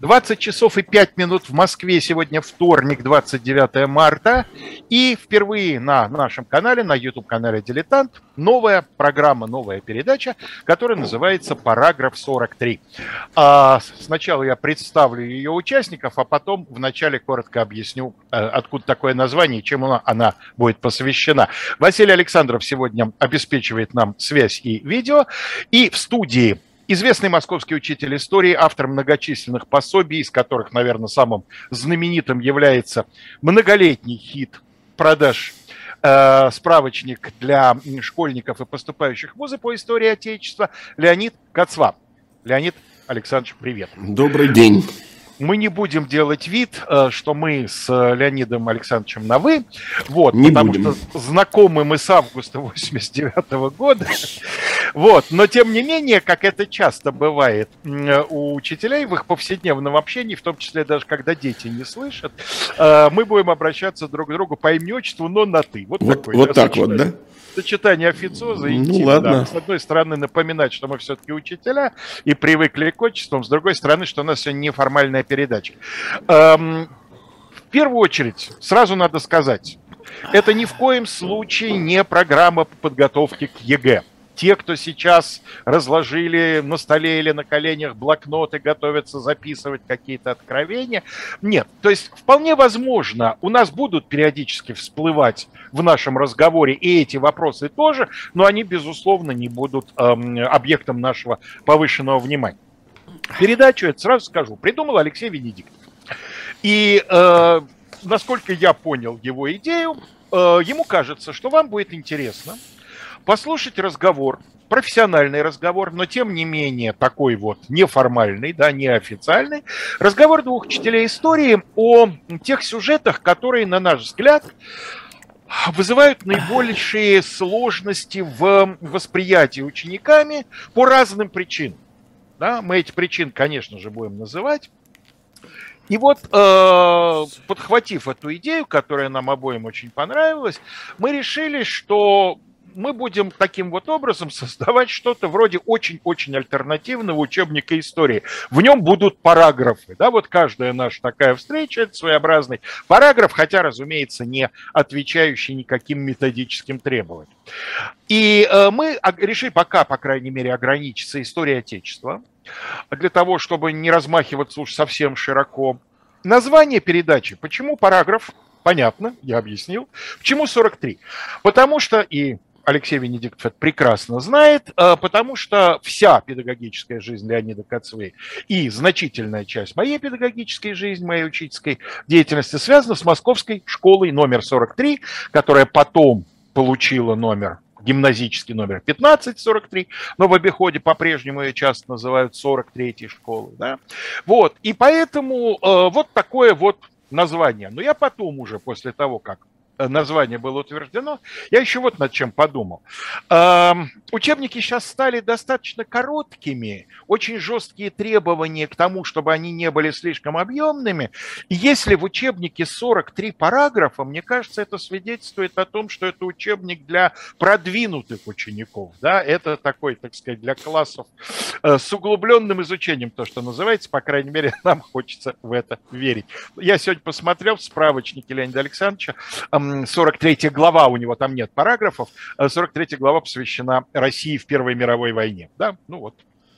20 часов и 5 минут в Москве. Сегодня вторник, 29 марта. И впервые на нашем канале, на YouTube-канале «Дилетант», новая программа, новая передача, которая называется «Параграф 43». Сначала я представлю ее участников, а потом вначале коротко объясню, откуда такое название и чему она будет посвящена. Василий Александров сегодня обеспечивает нам связь и видео. И в студии известный московский учитель истории, автор многочисленных пособий, из которых, наверное, самым знаменитым является многолетний хит продаж справочник для школьников и поступающих в вузы по истории Отечества Леонид Кацва. Леонид Александрович, привет. Добрый день. Мы не будем делать вид, что мы с Леонидом Александровичем на «вы», вот, не потому будем. что знакомы мы с августа 89-го года. Вот, но тем не менее, как это часто бывает у учителей в их повседневном общении, в том числе даже когда дети не слышат, мы будем обращаться друг к другу по имени-отчеству, но на «ты». Вот так вот, да? Сочетание официоза и интима. Ну, ладно. Да. С одной стороны, напоминать, что мы все-таки учителя и привыкли к отчествам, с другой стороны, что у нас сегодня неформальная передача. В первую очередь, сразу надо сказать, это ни в коем случае не программа по подготовке к ЕГЭ. Те, кто сейчас разложили на столе или на коленях блокноты, готовятся записывать какие-то откровения. Нет, то есть вполне возможно, у нас будут периодически всплывать в нашем разговоре и эти вопросы тоже, но они, безусловно, не будут объектом нашего повышенного внимания. Передачу, это сразу скажу, придумал Алексей Венедиктов. И насколько я понял его идею, ему кажется, что вам будет интересно послушать разговор, профессиональный разговор, но тем не менее такой вот неформальный, да, неофициальный, разговор двух учителей истории о тех сюжетах, которые, на наш взгляд, вызывают наибольшие сложности в восприятии учениками по разным причинам. Да, мы эти причины, конечно же, будем называть. И вот, подхватив эту идею, которая нам обоим очень понравилась, мы решили, что мы будем таким вот образом создавать что-то вроде очень-очень альтернативного учебника истории. В нем будут параграфы. Да, вот каждая наша такая встреча – это своеобразный параграф, хотя, разумеется, не отвечающий никаким методическим требованиям. И мы решили пока, по крайней мере, ограничиться историей Отечества, для того, чтобы не размахиваться уж совсем широко. Название передачи «Почему параграф?» Понятно, я объяснил. Почему 43? Потому что, и Алексей Венедиктов это прекрасно знает, потому что вся педагогическая жизнь Леонида Кацвы и значительная часть моей педагогической жизни, моей учительской деятельности связана с Московской школой номер 43, которая потом получила гимназический номер 1543, но в обиходе по-прежнему ее часто называют 43-й школой. Да? Вот, и поэтому вот такое вот название. Но я потом уже, после того, как название было утверждено, я еще вот над чем подумал. Учебники сейчас стали достаточно короткими, очень жесткие требования к тому, чтобы они не были слишком объемными. И если в учебнике 43 параграфа, мне кажется, это свидетельствует о том, что это учебник для продвинутых учеников. Да? Это такой, так сказать, для классов с углубленным изучением, то, что называется, по крайней мере, нам хочется в это верить. Я сегодня посмотрел в справочнике Леонида Александровича, 43 глава, у него там нет параграфов, 43 глава посвящена России в Первой мировой войне. Да, ну вот.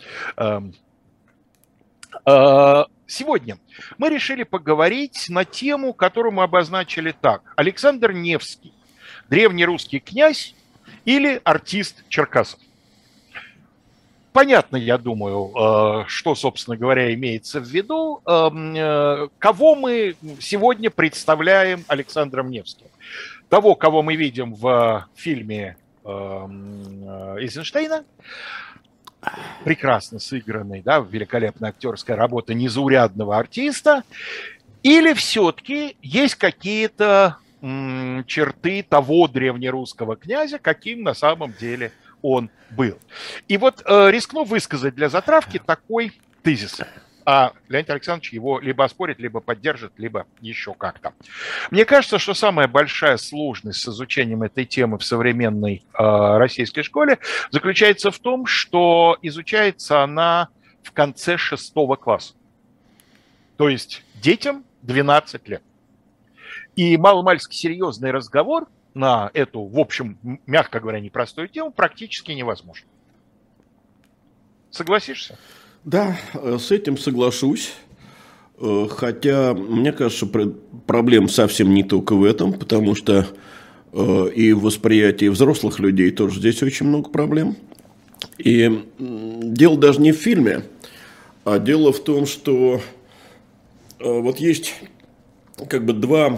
Сегодня мы решили поговорить на тему, которую мы обозначили так. Александр Невский, древнерусский князь или артист Черкасов? Понятно, я думаю, что, собственно говоря, имеется в виду. Кого мы сегодня представляем Александром Невским? Того, кого мы видим в фильме Эйзенштейна, прекрасно сыгранный, да, великолепная актерская работа незаурядного артиста, или все-таки есть какие-то черты того древнерусского князя, каким на самом деле он был. И вот рискну высказать для затравки такой тезис. А Леонид Александрович его либо оспорит, либо поддержит, либо еще как-то. Мне кажется, что самая большая сложность с изучением этой темы в современной российской школе заключается в том, что изучается она в конце 6 класса. То есть детям 12 лет. И маломальски серьезный разговор на эту, в общем, мягко говоря, непростую тему практически невозможен. Согласишься? Да, с этим соглашусь. Хотя, мне кажется, проблема совсем не только в этом, потому что и в восприятии взрослых людей тоже здесь очень много проблем. И дело даже не в фильме, а дело в том, что вот есть как бы два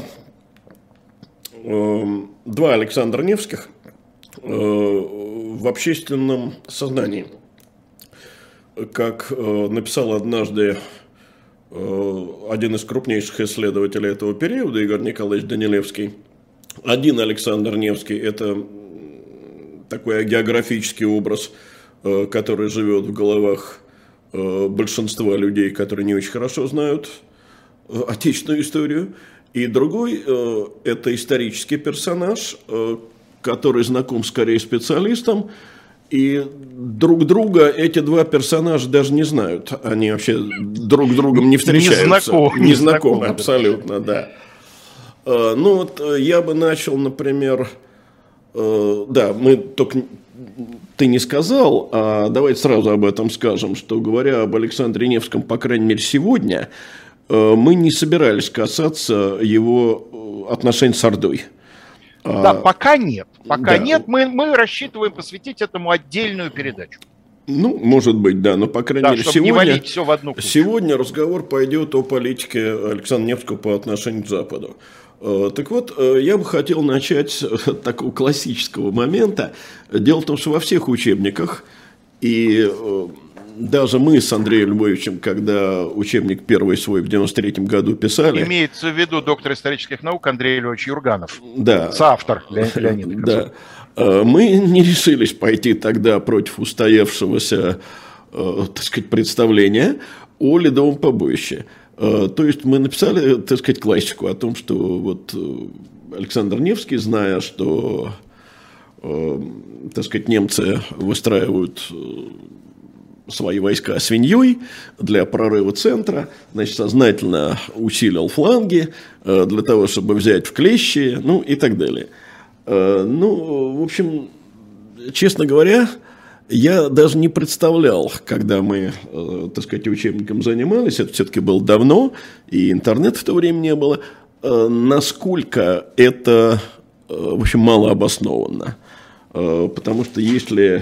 Александра Невских в общественном сознании. Как написал однажды один из крупнейших исследователей этого периода, Игорь Николаевич Данилевский, один Александр Невский – это такой географический образ, который живет в головах большинства людей, которые не очень хорошо знают отечественную историю. И другой – это исторический персонаж, который знаком скорее специалистам. И друг друга эти два персонажа даже не знают. Они вообще друг с другом не встречаются. Не знакомы, абсолютно, да. Ну вот я бы начал, например, да, мы только ты не сказал, а давайте сразу об этом скажем, что говоря об Александре Невском, по крайней мере сегодня, мы не собирались касаться его отношений с Ордой. Да, пока нет. Пока нет, мы рассчитываем посвятить этому отдельную передачу. Ну, может быть, да, но, по крайней мере, чтобы не валить все в одну кучу. Сегодня разговор пойдет о политике Александра Невского по отношению к Западу. Так вот, я бы хотел начать с такого классического момента. Дело в том, что во всех учебниках, и даже мы с Андреем Львовичем, когда учебник первый свой в 93-м году писали... Имеется в виду доктор исторических наук Андрей Львович Юрганов, да, соавтор Леонид. Да. Мы не решились пойти тогда против устоявшегося, так сказать, представления о Ледовом побоище. То есть мы написали, так сказать, классику о том, что вот Александр Невский, зная, что, так сказать, немцы выстраивают свои войска свиньей для прорыва центра, значит, сознательно усилил фланги для того, чтобы взять в клещи, ну и так далее. Ну, в общем, честно говоря, я даже не представлял, когда мы, так сказать, учебником занимались, это все-таки было давно, и интернета в то время не было, насколько это, в общем, мало обоснованно. Потому что если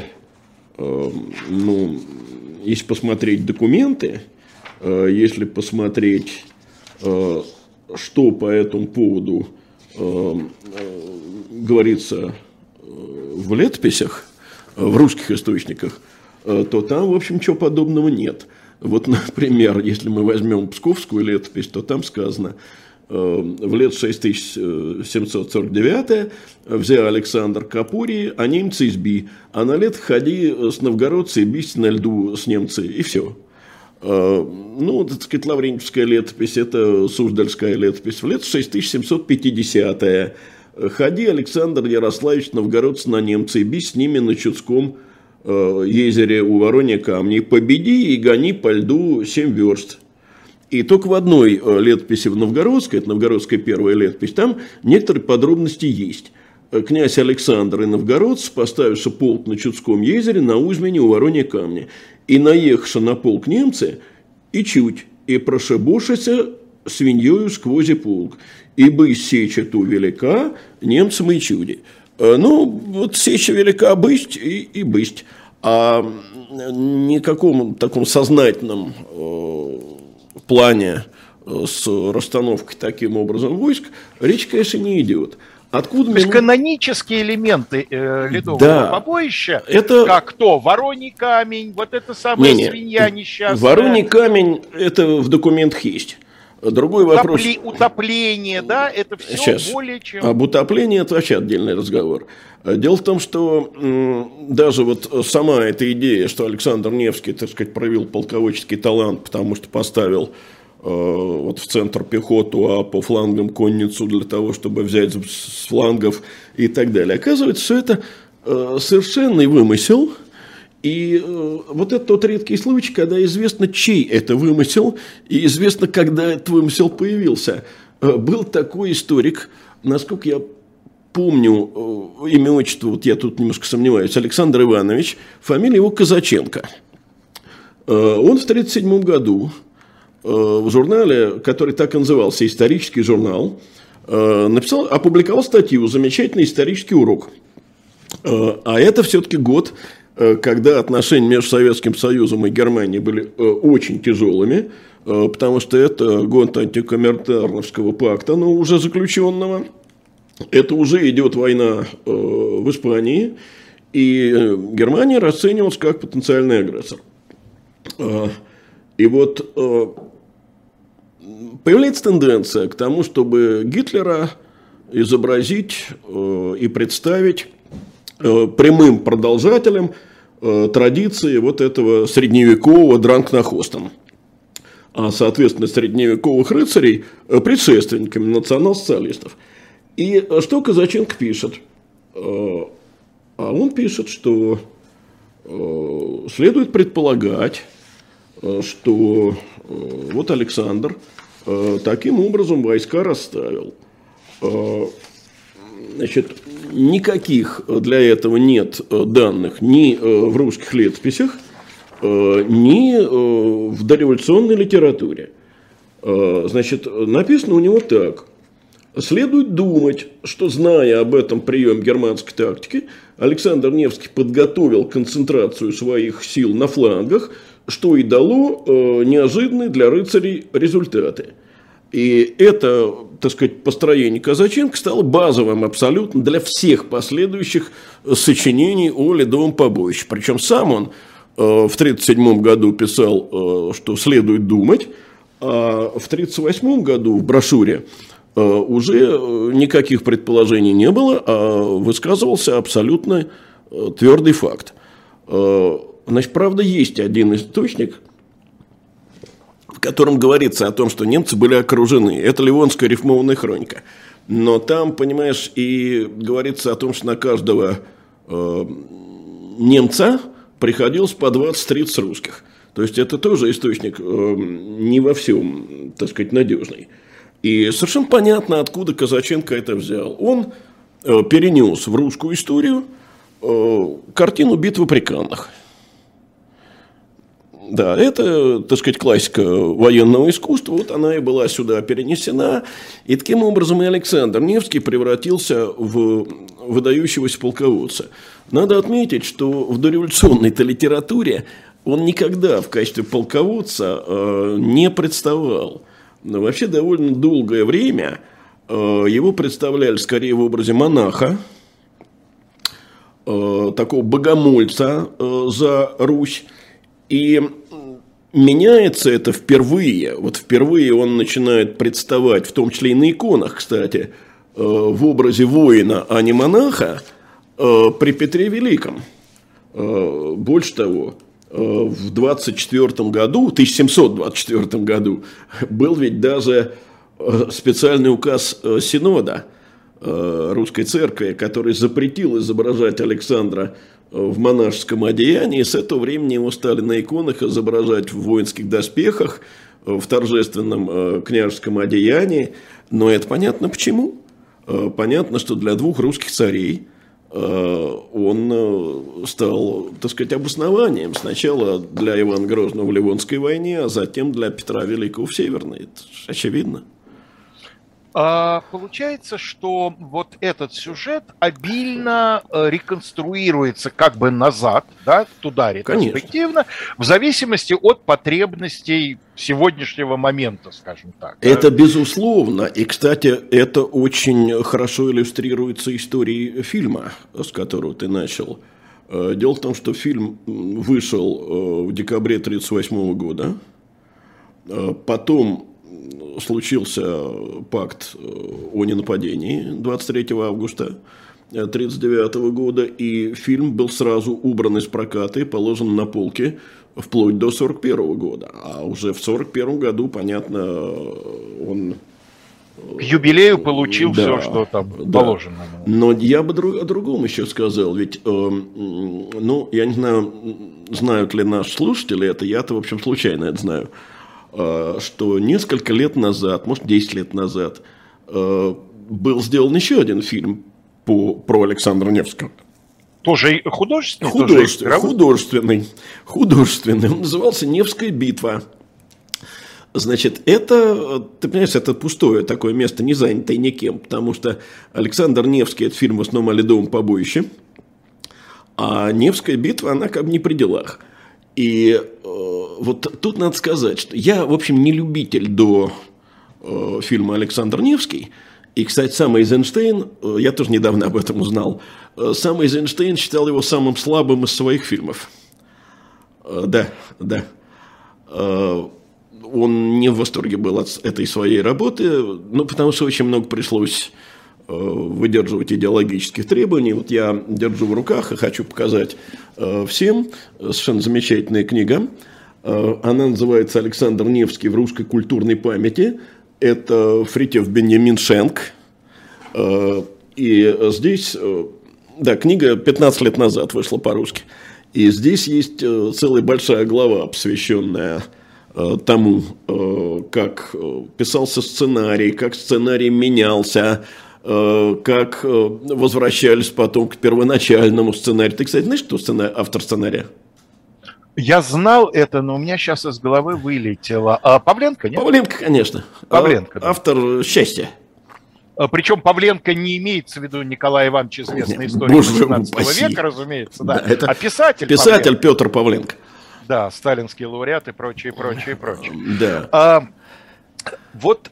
посмотреть документы, если посмотреть, что по этому поводу говорится в летописях, в русских источниках, то там, в общем, чего подобного нет. Вот, например, если мы возьмем Псковскую летопись, то там сказано: в лет 6749 взял Александр Капурии, а немцы изби, а на лет ходи с новгородцы и бись на льду с немцы, и все. Ну, так сказать, Лаврентьевская летопись, это Суздальская летопись, в лет 6750 ходи, Александр Ярославич, новгородцы на немцы, и бись с ними на Чудском езере у Воронья камней, победи и гони по льду 7 верст. И только в одной летописи в Новгородской, это новгородская первая летопись, там некоторые подробности есть. Князь Александр и новгородцы, поставивши полк на Чудском езере, на Узьмене у Воронья камня, и наехавши на полк немцы, и чуть, и прошибушися свиньёю сквозь полк, ибо и сеча ту велика немцам и чуди. Ну, вот сеча велика бысть и бысть, а никаком таком сознательном плане с расстановкой таким образом войск речь, конечно, не идет. Откуда то есть канонические элементы Ледового побоища, это... как то Вороний камень, вот это самая свинья несчастная. Вороний камень это в документах есть. Другой вопрос. Утопление, да, это все сейчас. Более чем... Об утоплении это вообще отдельный разговор. Дело в том, что даже вот сама эта идея, что Александр Невский, так сказать, проявил полководческий талант, потому что поставил вот в центр пехоту, а по флангам конницу для того, чтобы взять с флангов и так далее. Оказывается, все это совершенный вымысел. И вот это тот редкий случай, когда известно, чей это вымысел, и известно, когда этот вымысел появился. Был такой историк, насколько я помню, имя, отчество, вот я тут немножко сомневаюсь, Александр Иванович, фамилия его Казаченко. Он в 1937 году в журнале, который так и назывался, «Исторический журнал», опубликовал статью «Замечательный исторический урок». А это все-таки год, когда отношения между Советским Союзом и Германией были очень тяжелыми, потому что это год антикоминтерновского пакта, но уже заключенного. Это уже идет война в Испании, и Германия расценивалась как потенциальный агрессор. И вот появляется тенденция к тому, чтобы Гитлера изобразить и представить прямым продолжателем традиции вот этого средневекового дранкнахостом, а, соответственно, средневековых рыцарей предшественниками национал-социалистов. И что Казаченко пишет? А он пишет, что следует предполагать, что вот Александр таким образом войска расставил. Значит, никаких для этого нет данных ни в русских летописях, ни в дореволюционной литературе. Значит, написано у него так. Следует думать, что, зная об этом приеме германской тактики, Александр Невский подготовил концентрацию своих сил на флангах, что и дало неожиданные для рыцарей результаты. И это, так сказать, построение Казаченко стало базовым абсолютно для всех последующих сочинений о Ледовом побоище. Причем сам он в 1937 году писал, что следует думать, а в 1938 году в брошюре уже никаких предположений не было, а высказывался абсолютно твердый факт. Значит, правда, есть один источник, в котором говорится о том, что немцы были окружены. Это Ливонская рифмованная хроника. Но там, понимаешь, и говорится о том, что на каждого немца приходилось по 20-30 русских. То есть, это тоже источник не во всем, так сказать, надежный. И совершенно понятно, откуда Казаченко это взял. Он перенес в русскую историю картину «Битвы при Каннах». Да, это, так сказать, классика военного искусства, вот она и была сюда перенесена, и таким образом и Александр Невский превратился в выдающегося полководца. Надо отметить, что в дореволюционной-то литературе он никогда в качестве полководца не представал. Но вообще довольно долгое время его представляли скорее в образе монаха, такого богомольца за Русь. И меняется это впервые. Вот впервые он начинает представать, в том числе и на иконах, кстати, в образе воина, а не монаха, при Петре Великом. Больше того, в 1724 году был ведь даже специальный указ Синода Русской Церкви, который запретил изображать Александра в монашеском одеянии. С этого времени его стали на иконах изображать в воинских доспехах, в торжественном княжеском одеянии. Но это понятно почему. Понятно, что для двух русских царей он стал, так сказать, обоснованием. Сначала для Ивана Грозного в Ливонской войне, а затем для Петра Великого в Северной. Это очевидно. Получается, что вот этот сюжет обильно реконструируется как бы назад, да, туда ретроспективно, конечно, в зависимости от потребностей сегодняшнего момента, скажем так. Это безусловно. И, кстати, это очень хорошо иллюстрируется историей фильма, с которого ты начал. Дело в том, что фильм вышел в декабре 1938 года. Потом случился пакт о ненападении 23 августа 1939 года, и фильм был сразу убран из проката и положен на полки вплоть до 1941 года. А уже в 1941 году, понятно, он К юбилею получил да, все, что там положено. Но я бы о другом еще сказал. Ведь, ну, я не знаю, знают ли наши слушатели это, я-то, в общем, случайно это знаю, что несколько лет назад, может, 10 лет назад, был сделан еще один фильм про Александра Невского. Тоже художественный? Художественный. Он назывался «Невская битва». Значит, это, ты понимаешь, это пустое такое место, не занятое никем, потому что Александр Невский – это фильм в основном о ледовом побоище, а «Невская битва», она как бы не при делах. И вот тут надо сказать, что я, в общем, не любитель до фильма «Александр Невский». И, кстати, сам Эйзенштейн, я тоже недавно об этом узнал, сам Эйзенштейн считал его самым слабым из своих фильмов. Да. Он не в восторге был от этой своей работы, ну, потому что очень много пришлось выдерживать идеологических требований. Вот я держу в руках и хочу показать всем. Совершенно замечательная книга. Она называется «Александр Невский в русской культурной памяти». Это Фритьёф Беньямин Шенк. И здесь, да, книга 15 лет назад вышла по-русски. И здесь есть целая большая глава, посвященная тому, как писался сценарий, как сценарий менялся, как возвращались потом к первоначальному сценарию. Ты, кстати, знаешь, кто автор сценария? Я знал это, но у меня сейчас из головы вылетело. Павленко, нет? Павленко, конечно. Павленко, да. Автор «Счастья». Причем Павленко не имеется в виду Николай Иванович, известный историк XIX века, разумеется, да. Это а писатель Павленко. Петр Павленко. Да, сталинский лауреат и прочее. Да. Вот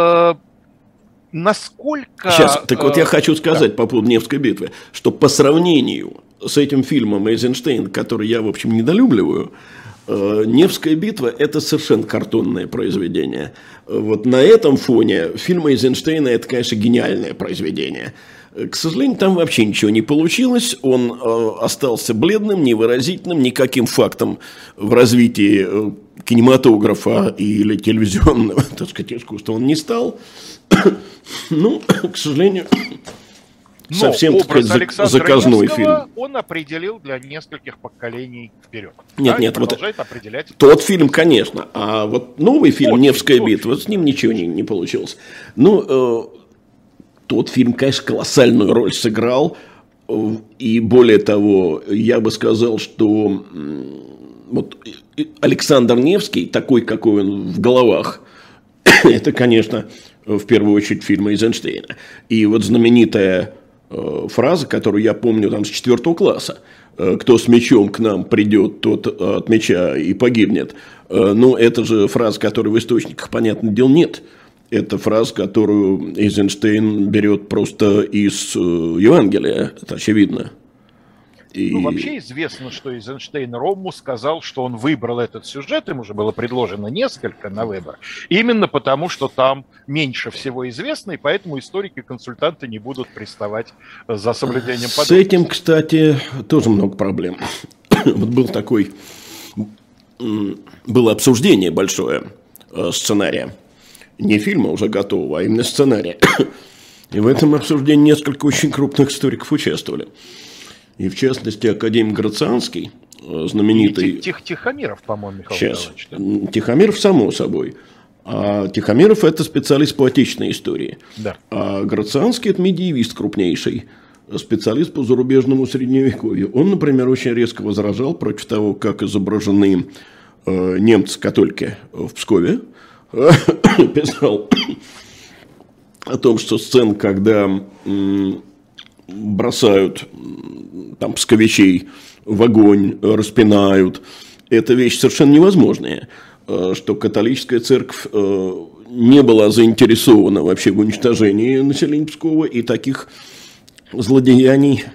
насколько... Сейчас, так вот я хочу сказать по поводу Невской битвы, что по сравнению с этим фильмом Эйзенштейн, который я, в общем, недолюбливаю, Невская битва – это совершенно картонное произведение. Вот на этом фоне фильм Эйзенштейна – это, конечно, гениальное произведение. К сожалению, там вообще ничего не получилось. Он остался бледным, невыразительным, никаким фактом в развитии кинематографа или телевизионного, так сказать, искусства он не стал. Ну, к сожалению... Но совсем, образ так Александра заказной Невского фильм. Он определил для нескольких поколений вперед. Нет, вот определять. Тот фильм, конечно, а вот новый фильм «Невская битва», с ним ничего не получилось. Ну, тот фильм, конечно, колоссальную роль сыграл, и более того, я бы сказал, что вот Александр Невский, такой, какой он в головах, это, конечно, в первую очередь фильм Эйзенштейна. И вот знаменитая фраза, которую я помню там с 4 класса. «Кто с мечом к нам придет, тот от меча и погибнет». Ну, это же фраза, которой в источниках, понятное дело, нет. Это фраза, которую Эйзенштейн берет просто из Евангелия. Это очевидно. Ну, вообще известно, что Эйзенштейн Ромму сказал, что он выбрал этот сюжет, ему же было предложено несколько на выбор, именно потому, что там меньше всего известно, и поэтому историки-консультанты не будут приставать за соблюдением подробностей. С этим, кстати, тоже много проблем. Вот было обсуждение большое сценария. Не фильма уже готового, а именно сценария. И в этом обсуждении несколько очень крупных историков участвовали. И, в частности, академик Грацианский, знаменитый... Тихомиров, по-моему, Михаил Михайлович. Да? Тихомиров, само собой. А Тихомиров – это специалист по отечественной истории. Да. А Грацианский – это медиевист крупнейший, специалист по зарубежному средневековью. Он, например, очень резко возражал против того, как изображены немцы-католики в Пскове. Писал о том, что сцена, когда... бросают там псковичей в огонь, распинают. Это вещь совершенно невозможная, что католическая церковь не была заинтересована вообще в уничтожении населения Пскова, и таких злодеяний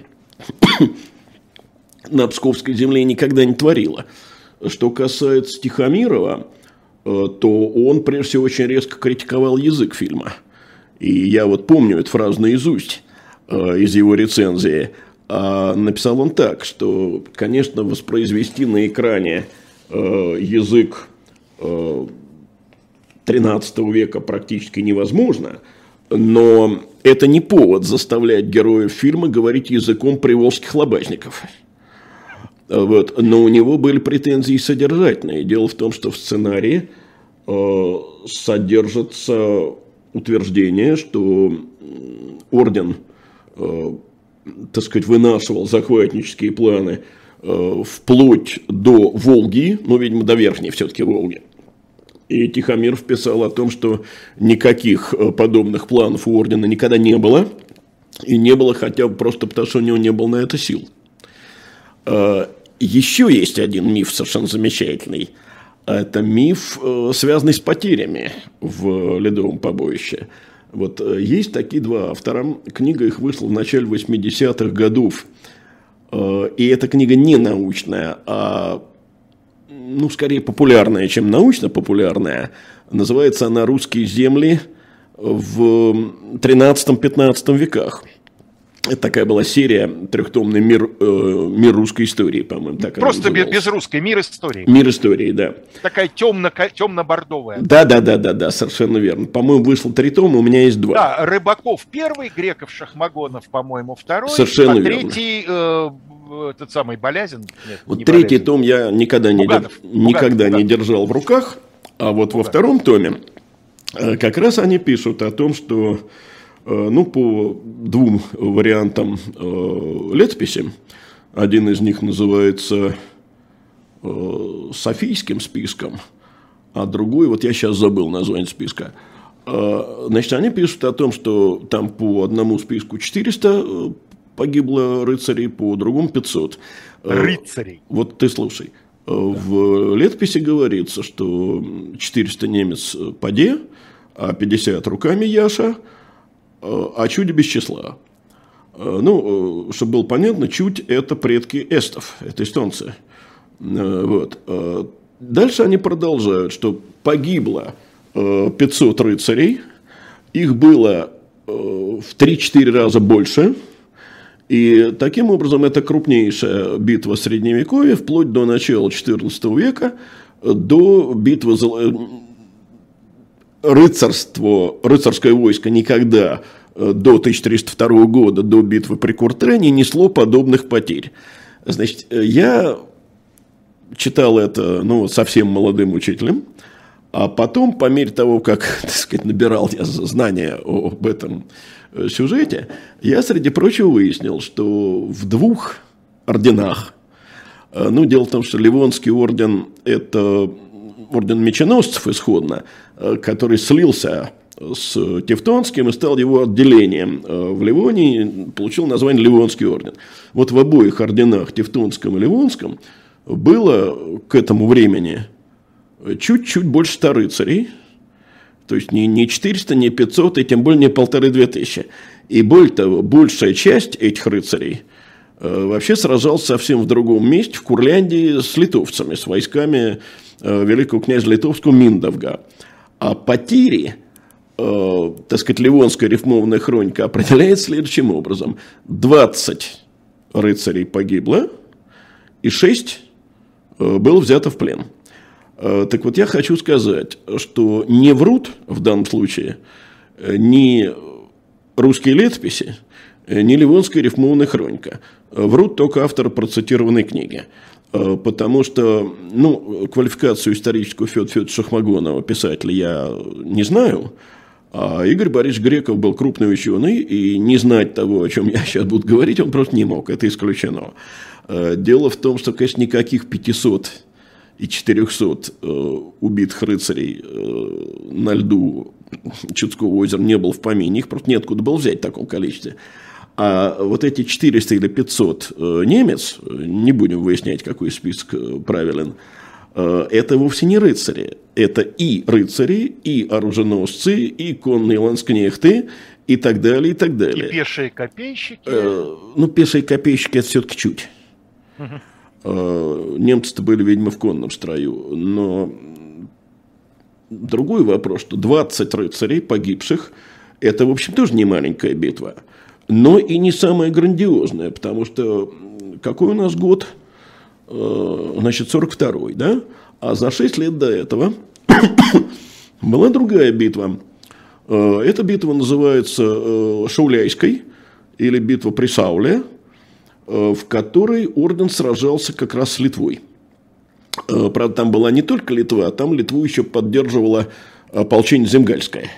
на псковской земле никогда не творила. Что касается Тихомирова, то он, прежде всего, очень резко критиковал язык фильма. И я вот помню эту фразу наизусть из его рецензии. Написал он так, что, конечно, воспроизвести на экране язык XIII века практически невозможно, Но это не повод заставлять героев фильма говорить языком приволжских лобазников. Вот. Но у него были претензии содержательные. Дело в том, что в сценарии содержится утверждение, что орден, так сказать, вынашивал захватнические планы вплоть до Волги, ну, видимо, до верхней все-таки Волги. И Тихомиров писал о том, что никаких подобных планов у ордена никогда не было. И не было хотя бы просто потому, что у него не было на это сил. Еще есть один миф совершенно замечательный. Это миф, связанный с потерями в Ледовом побоище. Вот есть такие два автора. Книга их вышла в начале 80-х годов. И эта книга не научная, а ну, скорее популярная, чем научно-популярная. Называется она «Русские земли в 13-15 веках». Это такая была серия, трехтомный мир русской истории, по-моему. Просто без русской, мир истории. Мир истории, да. Такая темно-бордовая. Да, совершенно верно. По-моему, вышло 3 тома, у меня есть 2. Да, Рыбаков первый, Греков, Шахмагонов, по-моему, второй. Совершенно верно. Третий, этот самый Болязин. Нет, вот третий Болязин. Том я никогда не держал в руках, а вот во втором томе как раз они пишут о том, что ну, по 2 вариантам летописи, один из них называется Софийским списком, а другой, вот я сейчас забыл название списка, значит, они пишут о том, что там по одному списку 400 погибло рыцарей, по другому 500. Рыцарей. Вот ты слушай. В летописи говорится, что 400 немец поде, а 50 руками Яша, а чуди без числа. Ну, чтобы было понятно, чуть это предки эстов, это эстонцы. Вот. Дальше они продолжают, что погибло 500 рыцарей, их было в 3-4 раза больше. И таким образом это крупнейшая битва Средневековья, вплоть до начала XIV века, до битвы рыцарское войско никогда до 1302 года, до битвы при Куртре, не несло подобных потерь. Значит, я читал это совсем молодым учителем, а потом, по мере того, как, так сказать, набирал я знания об этом сюжете, я, среди прочего, выяснил, что в 2 орденах, дело в том, что Ливонский орден – это орден меченосцев исходно, который слился с Тевтонским и стал его отделением в Ливонии, получил название Ливонский орден. Вот в обоих орденах, Тевтонском и Ливонском, было к этому времени чуть-чуть больше 100 рыцарей. То есть не 400, не 500, и тем более не 1500-2000. И более того, большая часть этих рыцарей вообще сражался совсем в другом месте, в Курляндии, с литовцами, с войсками великого князя литовского Миндовга. А потери, так сказать, Ливонская рифмованная хроника определяет следующим образом. 20 рыцарей погибло, и 6 было взято в плен. Так вот, я хочу сказать, что не врут в данном случае ни русские летописи, ни Ливонская рифмованная хроника. Врут только авторы процитированной книги. Потому что, квалификацию историческую Федора Федоровича Шахмагонова, писателя, я не знаю. А Игорь Борисович Греков был крупный ученый, и не знать того, о чем я сейчас буду говорить, он просто не мог. Это исключено. Дело в том, что, конечно, никаких 500 и 400 убитых рыцарей на льду Чудского озера не было в помине. Их просто неоткуда было взять в таком количестве. А вот эти 400 или 500 немец, не будем выяснять, какой список правилен, это вовсе не рыцари. Это и рыцари, и оруженосцы, и конные ланскнехты, и так далее, и так далее. И пешие копейщики? Пешие копейщики – это все-таки чуть. Немцы-то были, видимо, в конном строю. Но другой вопрос, что 20 рыцарей погибших – это, в общем, тоже не маленькая битва. Но и не самая грандиозная, потому что какой у нас год? Значит, 42-й, да? А за 6 лет до этого была другая битва Эта битва называется Шауляйской или битва при Сауле, в которой орден сражался как раз с Литвой. Правда, там была не только Литва, а там Литву еще поддерживало ополчение Земгальское.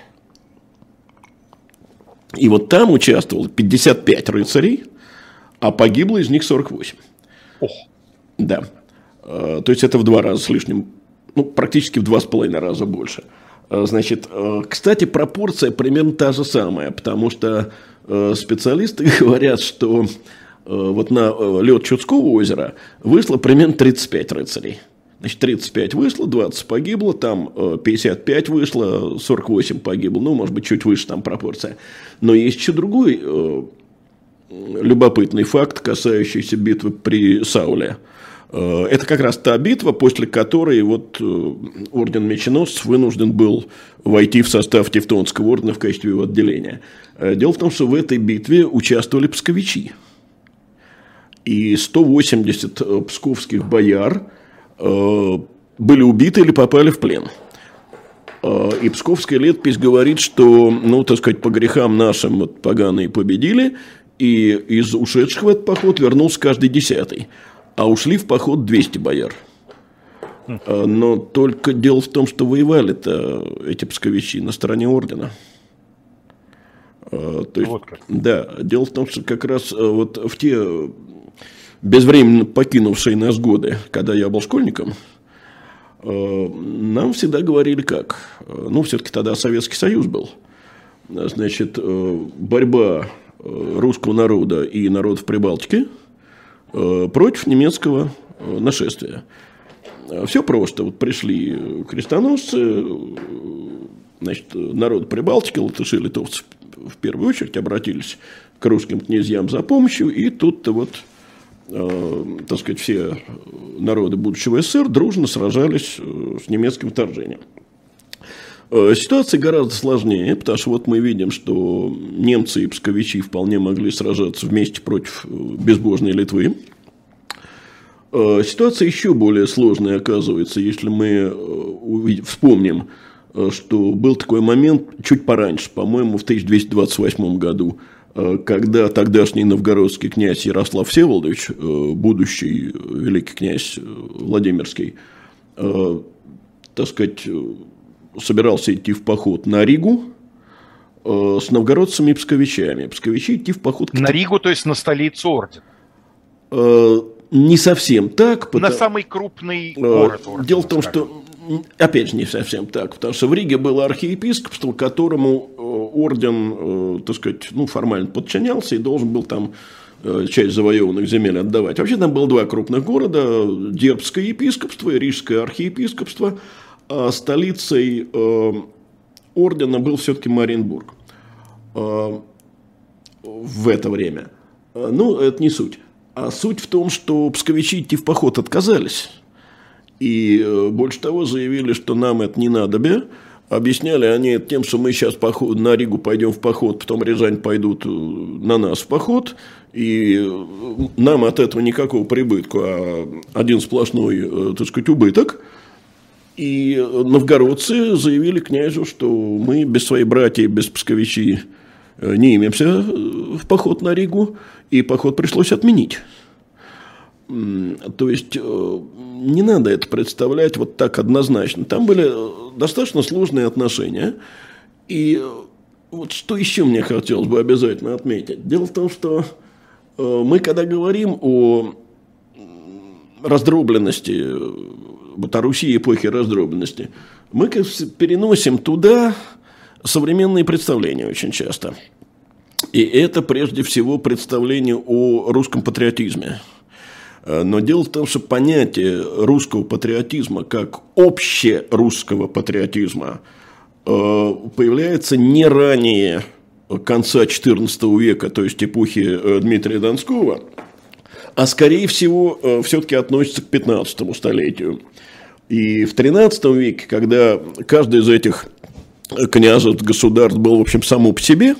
И вот там участвовало 55 рыцарей, а погибло из них 48. Ох. Да. То есть это в 2 раза с лишним, ну, практически в 2,5 раза больше. Значит, кстати, пропорция примерно та же самая, потому что специалисты говорят, что вот на лед Чудского озера вышло примерно 35 рыцарей. Значит, 35 вышло, 20 погибло, там 55 вышло, 48 погибло, ну, может быть, чуть выше там пропорция. Но есть еще другой любопытный факт, касающийся битвы при Сауле. Это как раз та битва, после которой вот орден меченосцев вынужден был войти в состав Тевтонского ордена в качестве его отделения. Дело в том, что в этой битве участвовали псковичи. И 180 псковских бояр были убиты или попали в плен. И псковская летопись говорит, что, ну, так сказать, по грехам нашим вот, поганые победили, и из ушедших в этот поход вернулся каждый 10-й. А ушли в поход 200 бояр. Но только дело в том, что воевали-то эти псковичи на стороне ордена. То есть, вот как. Да, дело в том, что как раз вот в те безвременно покинувшие нас годы, когда я был школьником, нам всегда говорили как. Ну, все-таки тогда Советский Союз был. Значит, борьба русского народа и народов Прибалтики против немецкого нашествия. Все просто. Вот пришли крестоносцы, значит, народ Прибалтики, латыши, литовцы в первую очередь обратились к русским князьям за помощью, и тут-то вот, так сказать, все народы будущего СССР дружно сражались с немецким вторжением. Ситуация гораздо сложнее, потому что вот мы видим, что немцы и псковичи вполне могли сражаться вместе против безбожной Литвы. Ситуация еще более сложная оказывается, если мы вспомним, что был такой момент чуть пораньше, по-моему, в 1228 году, когда тогдашний новгородский князь Ярослав Всеволодович, будущий великий князь Владимирский, так сказать, собирался идти в поход на Ригу с новгородцами и псковичами. Псковичи идти в поход... На Ригу, то есть на столицу ордена? Не совсем так. На самый крупный город ордена. Дело в том, что, опять же, не совсем так, потому что в Риге было архиепископство, которому орден, так сказать, ну, формально подчинялся и должен был там часть завоеванных земель отдавать. Вообще там было 2 крупных города, Дербское епископство и Рижское архиепископство. А столицей ордена был все-таки Мариенбург в это время. Ну, это не суть. А суть в том, что псковичи идти в поход отказались. И больше того заявили, что нам это не надо. Объясняли они это тем, что мы сейчас на Ригу пойдем в поход, потом Рязань пойдут на нас в поход. И нам от этого никакого прибытка, а один сплошной, так сказать, убыток. И новгородцы заявили князю, что мы без своих братьев, без псковичей не имеемся в поход на Ригу, и поход пришлось отменить. То есть не надо это представлять вот так однозначно. Там были достаточно сложные отношения. И вот что еще мне хотелось бы обязательно отметить. Дело в том, что мы, когда говорим о раздробленности, вот о Руси эпохи раздробленности, мы переносим туда современные представления очень часто. И это прежде всего представление о русском патриотизме. Но дело в том, что понятие русского патриотизма как общерусского патриотизма появляется не ранее конца XIV века, то есть эпохи Дмитрия Донского, а скорее всего все-таки относится к 15 столетию. И в XIII веке, когда каждый из этих княжеств, государств был, в общем, само по себе,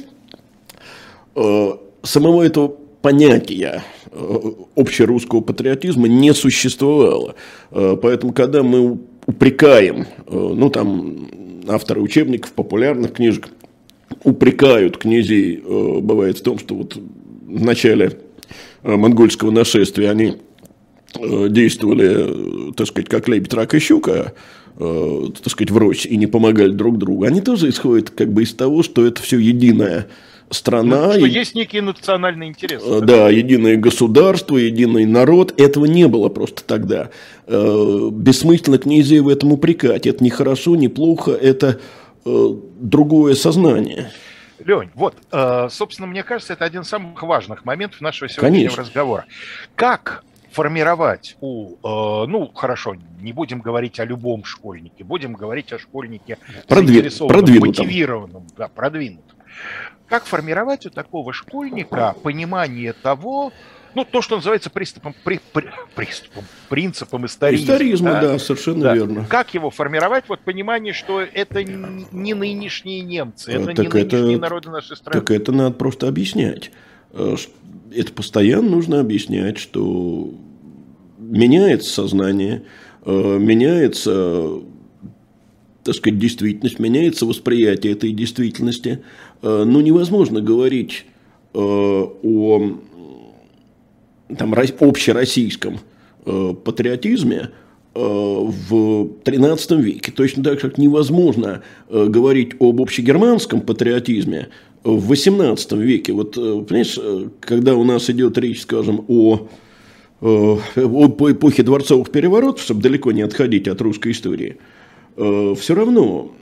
самого этого понятия общерусского патриотизма не существовало. Поэтому, когда мы упрекаем, ну, там, авторы учебников, популярных книжек, упрекают князей, бывает в том, что вот в начале монгольского нашествия они действовали, так сказать, как лебедь, рак и щука, так сказать, врозь, и не помогали друг другу. Они тоже исходят как бы из того, что это все единая страна. Ну, что есть некие национальные интересы. Да, единое государство, единый народ. Этого не было просто тогда. Бессмысленно князей в этом упрекать. Это не хорошо, не плохо, это другое сознание. Лень, вот, собственно, мне кажется, это один из самых важных моментов нашего сегодняшнего разговора. Как формировать ну, хорошо, не будем говорить о любом школьнике, будем говорить о школьнике заинтересованном, мотивированном, да, продвинутом. Как формировать у такого школьника понимание того, ну, то, что называется принципом историзма. Историзма, да, совершенно верно. Как его формировать? Вот понимание, что это не нынешние немцы, это не нынешние народы нашей страны. Так это надо просто объяснять. Это постоянно нужно объяснять, что меняется сознание, меняется, так сказать, действительность, меняется восприятие этой действительности. Ну, невозможно говорить о там, общероссийском патриотизме в XIII веке. Точно так же, как невозможно говорить об общегерманском патриотизме в XVIII веке. Вот, понимаешь, когда у нас идет речь, скажем, о эпохе дворцовых переворотов, чтобы далеко не отходить от русской истории, все равно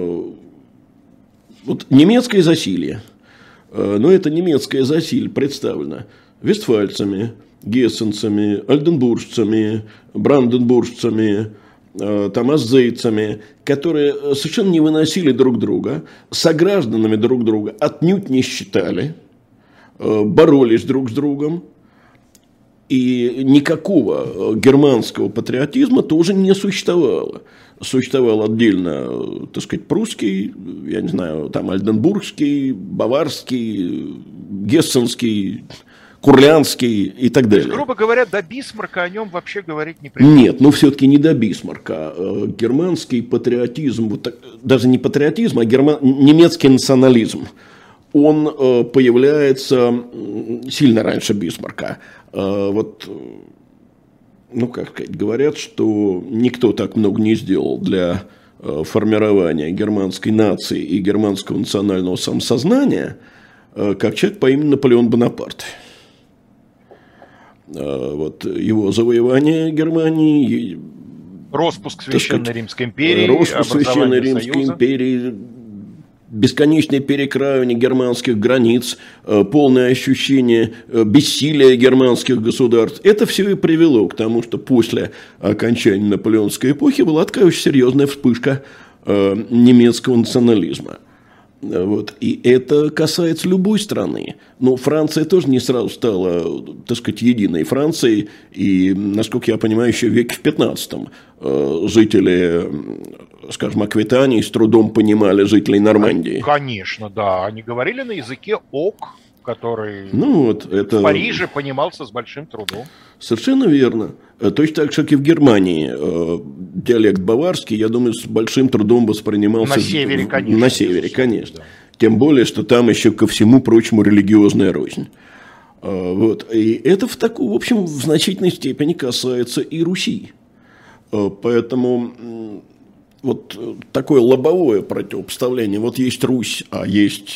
вот немецкое засилье, но это немецкое засилье представлено вестфальцами, гессенцами, альденбуржцами, бранденбуржцами, тамазейцами, которые совершенно не выносили друг друга, согражданами друг друга отнюдь не считали, боролись друг с другом. И никакого германского патриотизма тоже не существовало. Существовал отдельно, так сказать, прусский, я не знаю, там альденбургский, баварский, гессенский, курлянский и так далее. То есть, грубо говоря, до Бисмарка о нем вообще говорить не приходится. Нет, ну все-таки не до Бисмарка. Германский патриотизм, вот, даже не патриотизм, а немецкий национализм, он появляется сильно раньше Бисмарка. Вот, ну, как сказать, говорят, что никто так много не сделал для формирования германской нации и германского национального самосознания, как человек по имени Наполеон Бонапарт. Вот его завоевание Германии, распуск Священной Римской империи, распуск Священной Римской империи, бесконечное перекраивание германских границ, полное ощущение бессилия германских государств. Это все и привело к тому, что после окончания наполеонской эпохи была такая очень серьезная вспышка немецкого национализма. Вот. И это касается любой страны. Но Франция тоже не сразу стала, так сказать, единой Францией. И, насколько я понимаю, еще в веке в 15-м жители, скажем, Аквитании с трудом понимали жителей Нормандии. Конечно, да. Они говорили на языке ок, который в Париже понимался с большим трудом. Совершенно верно. Точно так же, как и в Германии. Диалект баварский, я думаю, с большим трудом воспринимался... На севере, конечно. На севере, конечно. Да. Тем более, что там еще ко всему прочему религиозная рознь. Вот. И это в общем, в значительной степени касается и Руси. Поэтому вот такое лобовое противопоставление. Вот есть Русь, а есть...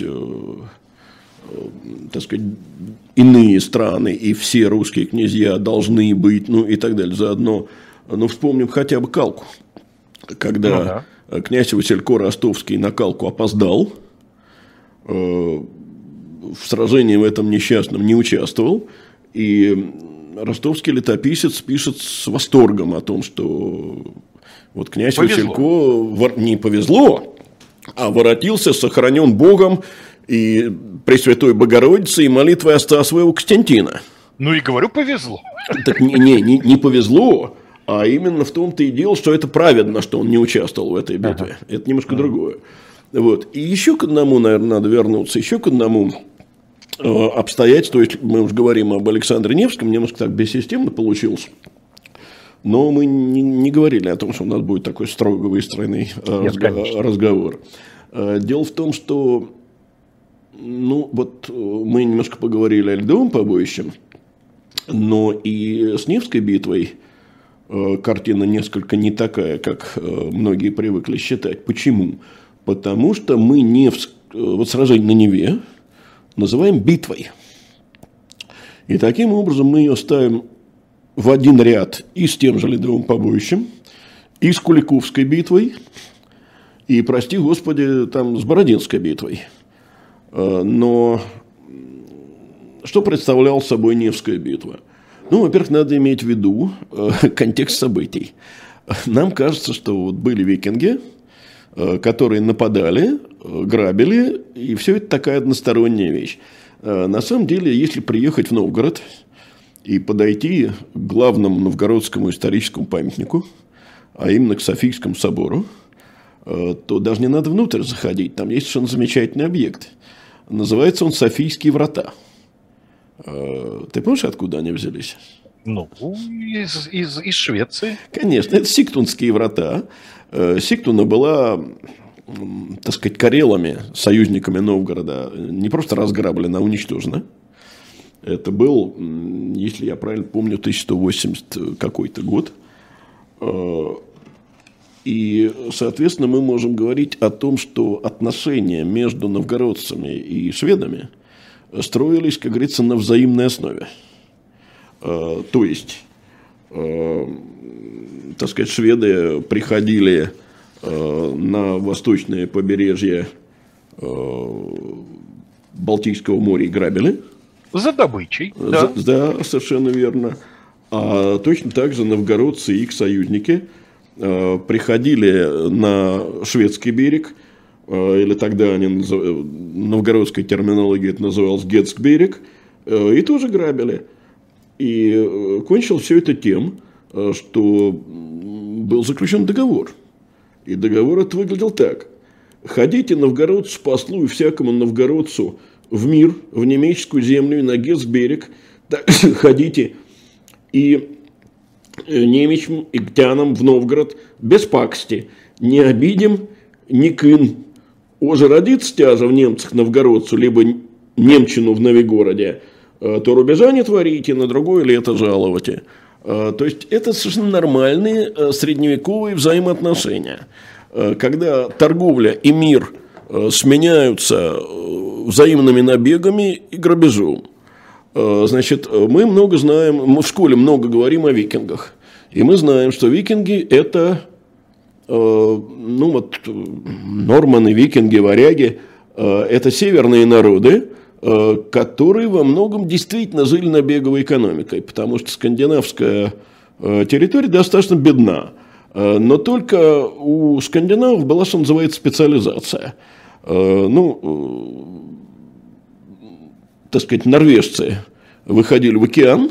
так сказать, иные страны, и все русские князья должны быть, ну и так далее. Заодно, ну, вспомним хотя бы Калку. Когда князь Василько Ростовский на Калку опоздал, в сражении в этом несчастном не участвовал, и ростовский летописец пишет с восторгом о том, что вот князь Василько не повезло, а воротился, сохранен Богом, и Пресвятой Богородицы, и молитвой отца своего Константина. Ну и говорю, повезло. Так не повезло, а именно в том-то и дело, что это праведно, что он не участвовал в этой битве. Это немножко другое. Вот. И еще к одному, наверное, надо вернуться, еще к одному обстоятельству, если мы уже говорим об Александре Невском, немножко так бессистемно получилось. Но мы не говорили о том, что у нас будет такой строго выстроенный разговор. Дело в том, что Ну, вот мы немножко поговорили о Ледовом побоище, но и с Невской битвой картина несколько не такая, как многие привыкли считать. Почему? Потому что мы вот сражение на Неве называем битвой. И таким образом мы ее ставим в один ряд и с тем же Ледовым побоищем, и с Куликовской битвой, и, прости господи, там с Бородинской битвой. Но что представляла собой Невская битва? Ну, во-первых, надо иметь в виду контекст событий. Нам кажется, что вот были викинги, которые нападали, грабили, и все это такая односторонняя вещь. На самом деле, если приехать в Новгород и подойти к главному новгородскому историческому памятнику, а именно к Софийскому собору, то даже не надо внутрь заходить. Там есть совершенно замечательный объект. Называется он Софийские врата. Ты помнишь, откуда они взялись? Ну, из Швеции. Конечно, это Сигтунские врата. Сигтуна была, так сказать, карелами, союзниками Новгорода, не просто разграблена, а уничтожена. Это был, если я правильно помню, 1180 какой-то год. И, соответственно, мы можем говорить о том, что отношения между новгородцами и шведами строились, как говорится, на взаимной основе. То есть, так сказать, шведы приходили на восточное побережье Балтийского моря и грабили. За добычей. Да, совершенно верно. А точно так же новгородцы и их союзники приходили на шведский берег, или тогда новгородской терминологией это называлось Гетцберег, и тоже грабили. И кончилось все это тем, что был заключен договор. И договор этот выглядел так. Ходите, новгородцу, послу и всякому новгородцу в мир, в немеческую землю и на Гетцберег, ходите и немечам и гтянам в Новгород без пакости, не обидим, не кын. Оже родится тяжа в немцах новгородцу, либо немчину в Новигороде, то рубежа не творите, на другое лето жаловате. То есть, это совершенно нормальные средневековые взаимоотношения. Когда торговля и мир сменяются взаимными набегами и грабежом. Значит, мы много знаем, мы в школе много говорим о викингах. И мы знаем, что викинги – это норманы, викинги, варяги – это северные народы, которые во многом действительно жили набеговой экономикой, потому что скандинавская территория достаточно бедна. Но только у скандинавов была, что называется, специализация. Так сказать, норвежцы выходили в океан,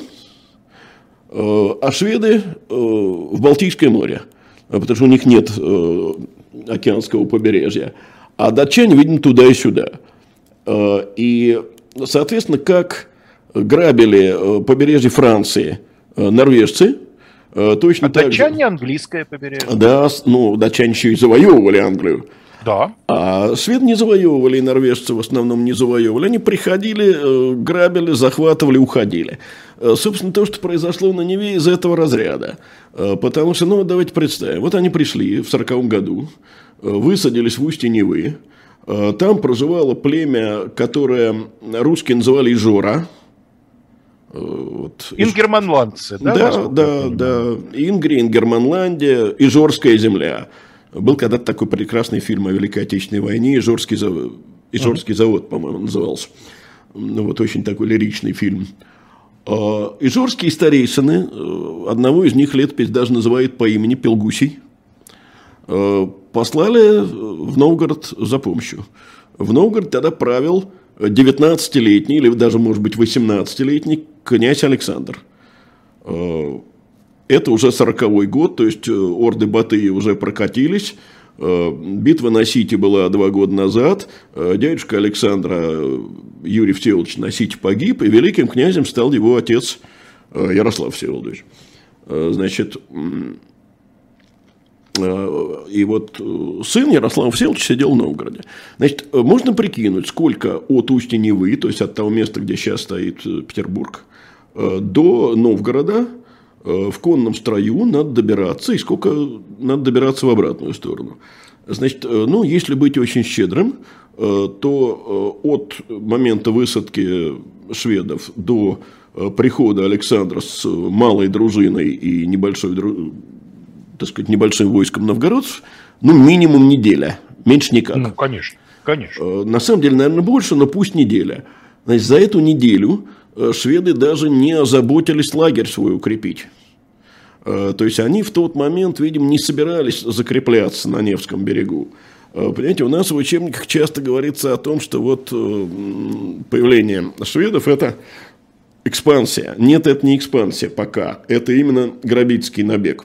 а шведы в Балтийское море, потому что у них нет океанского побережья. А датчане, видимо, туда и сюда. И, соответственно, как грабили побережье Франции норвежцы, точно так же... Датчане английское побережье. Да, датчане еще и завоевывали Англию. Да. А шведы не завоевывали, и норвежцы в основном не завоевывали. Они приходили, грабили, захватывали, уходили. Собственно, то, что произошло на Неве, из этого разряда. Потому что, давайте представим. Вот они пришли в 1940 году, высадились в устье Невы. Там проживало племя, которое русские называли Ижора. Ингерманландцы, да? Да. Ингрия, Ингерманландия, Ижорская земля. Был когда-то такой прекрасный фильм о Великой Отечественной войне, Ижорский завод, по-моему, назывался. Очень такой лиричный фильм. Ижорские старейшины, одного из них летопись даже называют по имени Пелгусий, послали в Новгород за помощью. В Новгород тогда правил 19-летний, или даже, может быть, 18-летний князь Александр. Это уже 40-й год, то есть орды Батыя уже прокатились. Битва на Сите была 2 года назад. Дядюшка Александра, Юрий Всеволодович, на Сите погиб, и великим князем стал его отец Ярослав Всеволодович. Значит, И вот сын Ярослава Всеволодовича сидел в Новгороде. Значит, можно прикинуть, сколько от устья Невы, то есть от того места, где сейчас стоит Петербург, до Новгорода в конном строю надо добираться, и сколько надо добираться в обратную сторону. Значит, ну, если быть очень щедрым, то от момента высадки шведов до прихода Александра с малой дружиной и небольшим войском новгородцев, ну, минимум неделя, меньше никак. Ну, конечно, конечно. На самом деле, наверное, больше, но пусть неделя. Значит, за эту неделю шведы даже не озаботились лагерь свой укрепить. То есть, они в тот момент, видимо, не собирались закрепляться на Невском берегу. Понимаете, у нас в учебниках часто говорится о том, что вот появление шведов – это экспансия. Нет, это не экспансия пока. Это именно грабительский набег.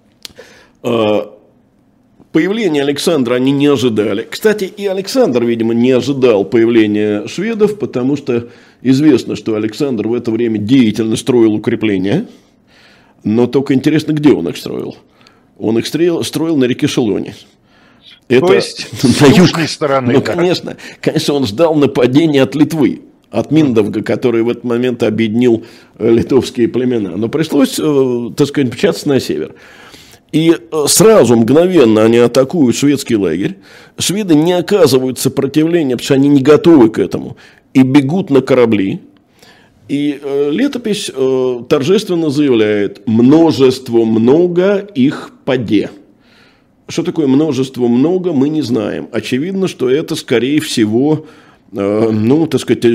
Появление Александра они не ожидали. Кстати, и Александр, видимо, не ожидал появления шведов, потому что известно, что Александр в это время деятельно строил укрепления. Но только интересно, где он их строил. Он их строил на реке Шелоне. То есть, с южной стороны. Ну, да. конечно, он ждал нападения от Литвы, от Миндовга, который в этот момент объединил литовские племена. Но пришлось, так сказать, мчаться на север. И сразу, мгновенно они атакуют шведский лагерь. Шведы не оказывают сопротивления, потому что они не готовы к этому. И бегут на корабли. И летопись торжественно заявляет: множество много их поде. Что такое множество много, мы не знаем. Очевидно, что это, скорее всего, ну, так сказать,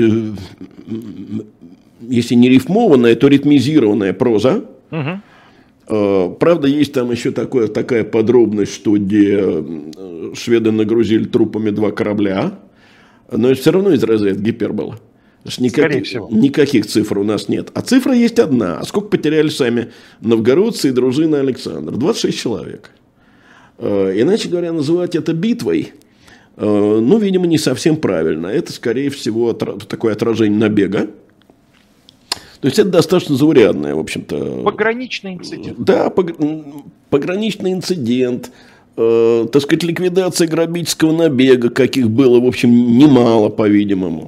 если не рифмованная, то ритмизированная проза. Правда, есть там еще такая подробность, что где шведы нагрузили трупами 2 корабля, но это все равно из разряда гипербола. Никаких цифр у нас нет. А цифра есть одна. А сколько потеряли сами новгородцы и дружина Александра? 26 человек. Иначе говоря, называть это битвой, ну, видимо, не совсем правильно. Это, скорее всего, такое отражение набега. То есть, это достаточно заурядное, в общем-то. Пограничный инцидент. Да, пограничный инцидент. Так сказать, ликвидация грабительского набега, каких было, в общем, немало, по-видимому.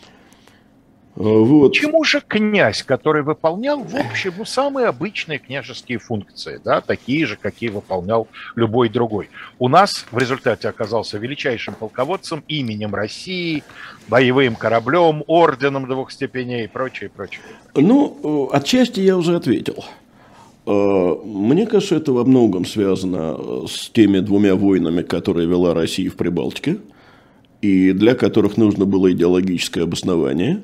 Вот. Почему же князь, который выполнял, в общем, ну, самые обычные княжеские функции, да, такие же, какие выполнял любой другой, у нас в результате оказался величайшим полководцем, именем России, боевым кораблем, орденом 2 степеней и прочее, прочее? Ну, отчасти я уже ответил. Мне кажется, это во многом связано с теми 2 войнами, которые вела Россия в Прибалтике, и для которых нужно было идеологическое обоснование.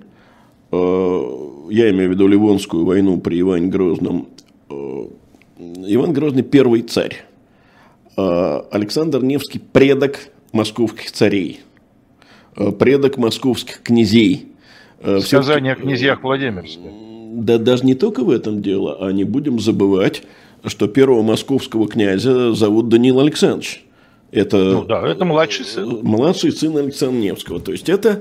Я имею в виду Ливонскую войну при Иване Грозном. Иван Грозный первый царь. Александр Невский предок московских царей. Предок московских князей. Сказание о князьях Владимирских. Да даже не только в этом дело, а не будем забывать, что первого московского князя зовут Даниил Александрович. Это, ну да, это младший сын. Младший сын Александра Невского. То есть, это...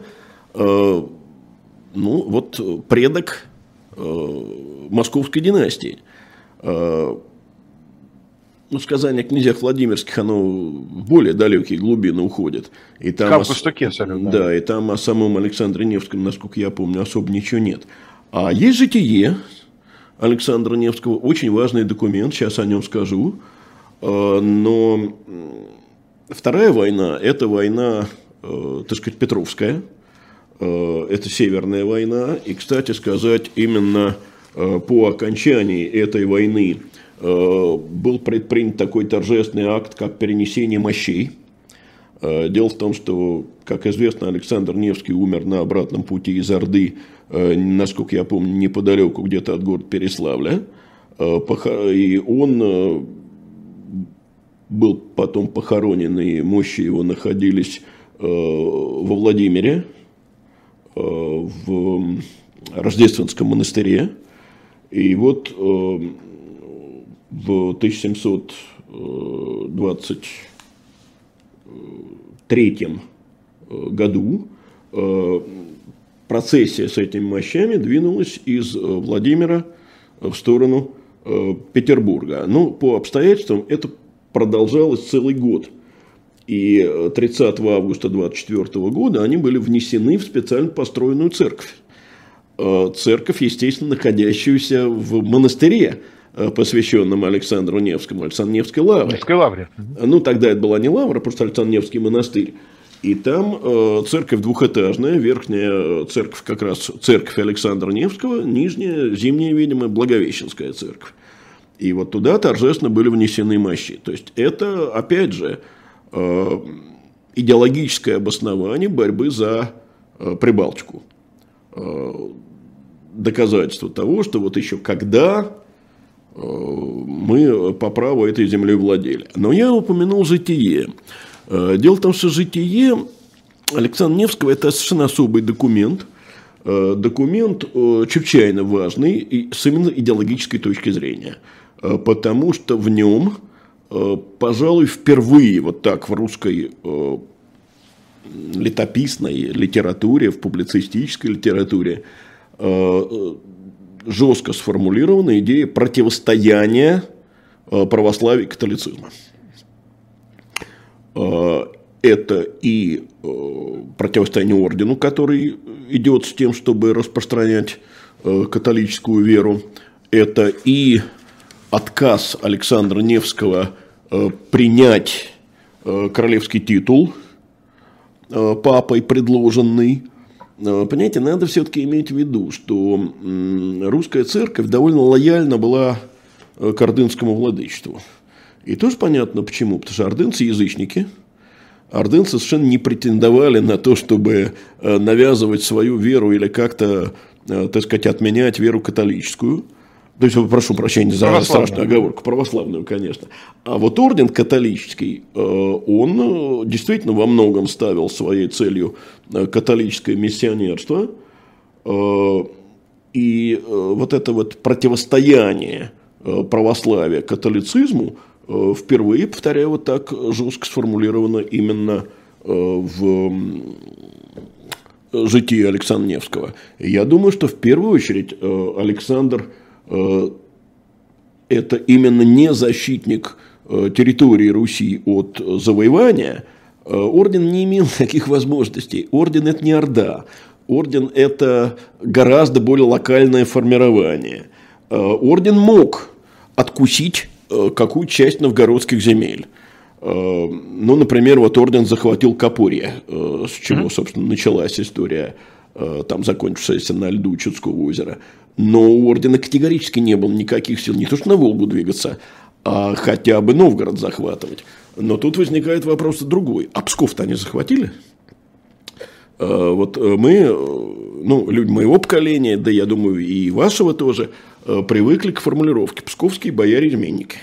Ну, вот предок московской династии. Ну, сказание о князьях Владимирских, оно в более далекие глубины уходит. И там к Августу Кесарю. Да, и там о самом Александре Невском, насколько я помню, особо ничего нет. А есть житие Александра Невского, очень важный документ, сейчас о нем скажу. Но Вторая война – это война, так сказать, Петровская. Это Северная война. И, кстати сказать, именно по окончании этой войны был предпринят такой торжественный акт, как перенесение мощей. Дело в том, что, как известно, Александр Невский умер на обратном пути из Орды, насколько я помню, неподалеку, где-то от города Переславля. И он был потом похоронен, и мощи его находились во Владимире, в Рождественском монастыре. И вот в 1723 году процессия с этими мощами двинулась из Владимира в сторону Петербурга. Ну, по обстоятельствам это продолжалось целый год. И 30 августа 24 года они были внесены в специально построенную церковь. Церковь, естественно, находящуюся в монастыре, посвященном Александру Невскому, Александро-Невской лавре. Невской лавре. Ну, тогда это была не лавра, просто Александро-Невский монастырь. И там церковь двухэтажная, верхняя церковь как раз церковь Александра Невского, нижняя, зимняя, видимо, Благовещенская церковь. И вот туда торжественно были внесены мощи. То есть это, опять же, идеологическое обоснование борьбы за Прибалтику. Доказательство того, что вот еще когда мы по праву этой землей владели. Но я упомянул «Житие». Дело в том, что «Житие» Александра Невского – это совершенно особый документ. Документ чрезвычайно важный и с именно идеологической точки зрения. Потому что в нем, пожалуй, впервые вот так в русской летописной литературе, в публицистической литературе жестко сформулирована идея противостояния православию и католицизма. Это и противостояние ордену, который идет с тем, чтобы распространять католическую веру. Это и отказ Александра Невского принять королевский титул папой предложенный. Понимаете, надо все-таки иметь в виду, что русская церковь довольно лояльна была к ордынскому владычеству. И тоже понятно почему. Потому что ордынцы язычники. Ордынцы совершенно не претендовали на то, чтобы навязывать свою веру или как-то, так сказать, отменять веру католическую. То есть, прошу прощения за страшную оговорку, православную, конечно. А вот орден католический, он действительно во многом ставил своей целью католическое миссионерство. И вот это вот противостояние православия католицизму впервые, повторяю, вот так жестко сформулировано именно в «Житии» Александра Невского. И я думаю, что в первую очередь Александр это именно не защитник территории Руси от завоевания. Орден не имел таких возможностей. Орден – это не орда. Орден – это гораздо более локальное формирование. Орден мог откусить какую часть новгородских земель. Ну, например, вот орден захватил Копорье, с чего, собственно, началась история, там закончившаяся на льду Чудского озера. Но у ордена категорически не было никаких сил не то что на Волгу двигаться, а хотя бы Новгород захватывать. Но тут возникает вопрос другой. А Псков-то они захватили? Вот мы, ну, люди моего поколения, да я думаю и вашего тоже, привыкли к формулировке «псковские бояре-изменники».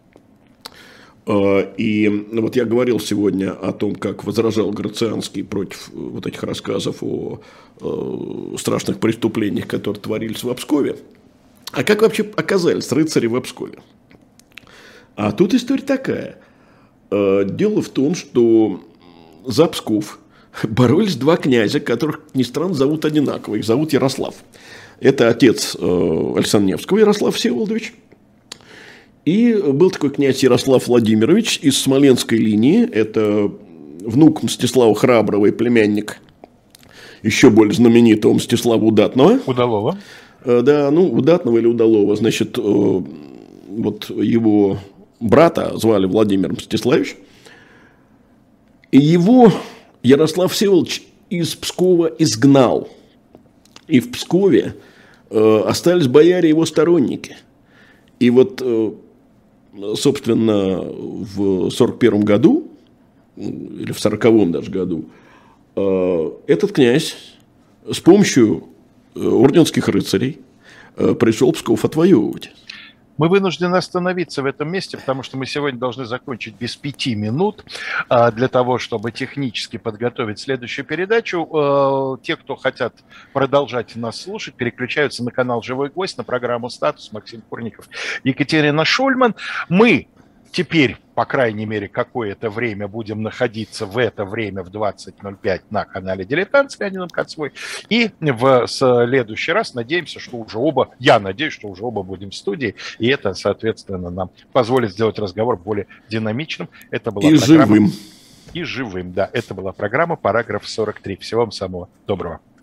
И вот я говорил сегодня о том, как возражал Грацианский против вот этих рассказов о страшных преступлениях, которые творились в Пскове. А как вообще оказались рыцари в Пскове? А тут история такая. Дело в том, что за Псков боролись два князя, которых, ни странно, зовут одинаково. Их зовут Ярослав. Это отец Александра Невского, Ярослав Всеволодович. И был такой князь Ярослав Владимирович из Смоленской линии. Это внук Мстислава Храброго и племянник еще более знаменитого Мстислава Удатного. Удалова. Да, ну, Удатного или Удалова. Значит, вот его брата звали Владимир Мстиславич. И его Ярослав Всеволодович из Пскова изгнал. И в Пскове остались бояре его сторонники. И вот, собственно, в 1941 году, или в 1940 даже году, этот князь с помощью орденских рыцарей пришел в Псков отвоевывать. Мы вынуждены остановиться в этом месте, потому что мы сегодня должны закончить без 5 минут для того, чтобы технически подготовить следующую передачу. Те, кто хотят продолжать нас слушать, переключаются на канал «Живой гость», на программу «Статус». Максим Курников, Екатерина Шульман. Мы теперь по крайней мере, какое-то время будем находиться в это время в 20:05 на канале «Дилетант» с Леонидом Кацвой. И в следующий раз надеемся, что уже оба, я надеюсь, что уже оба будем в студии, и это, соответственно, нам позволит сделать разговор более динамичным. Это была и живым. И живым, да. Это была программа «Параграф 43». Всего вам самого доброго.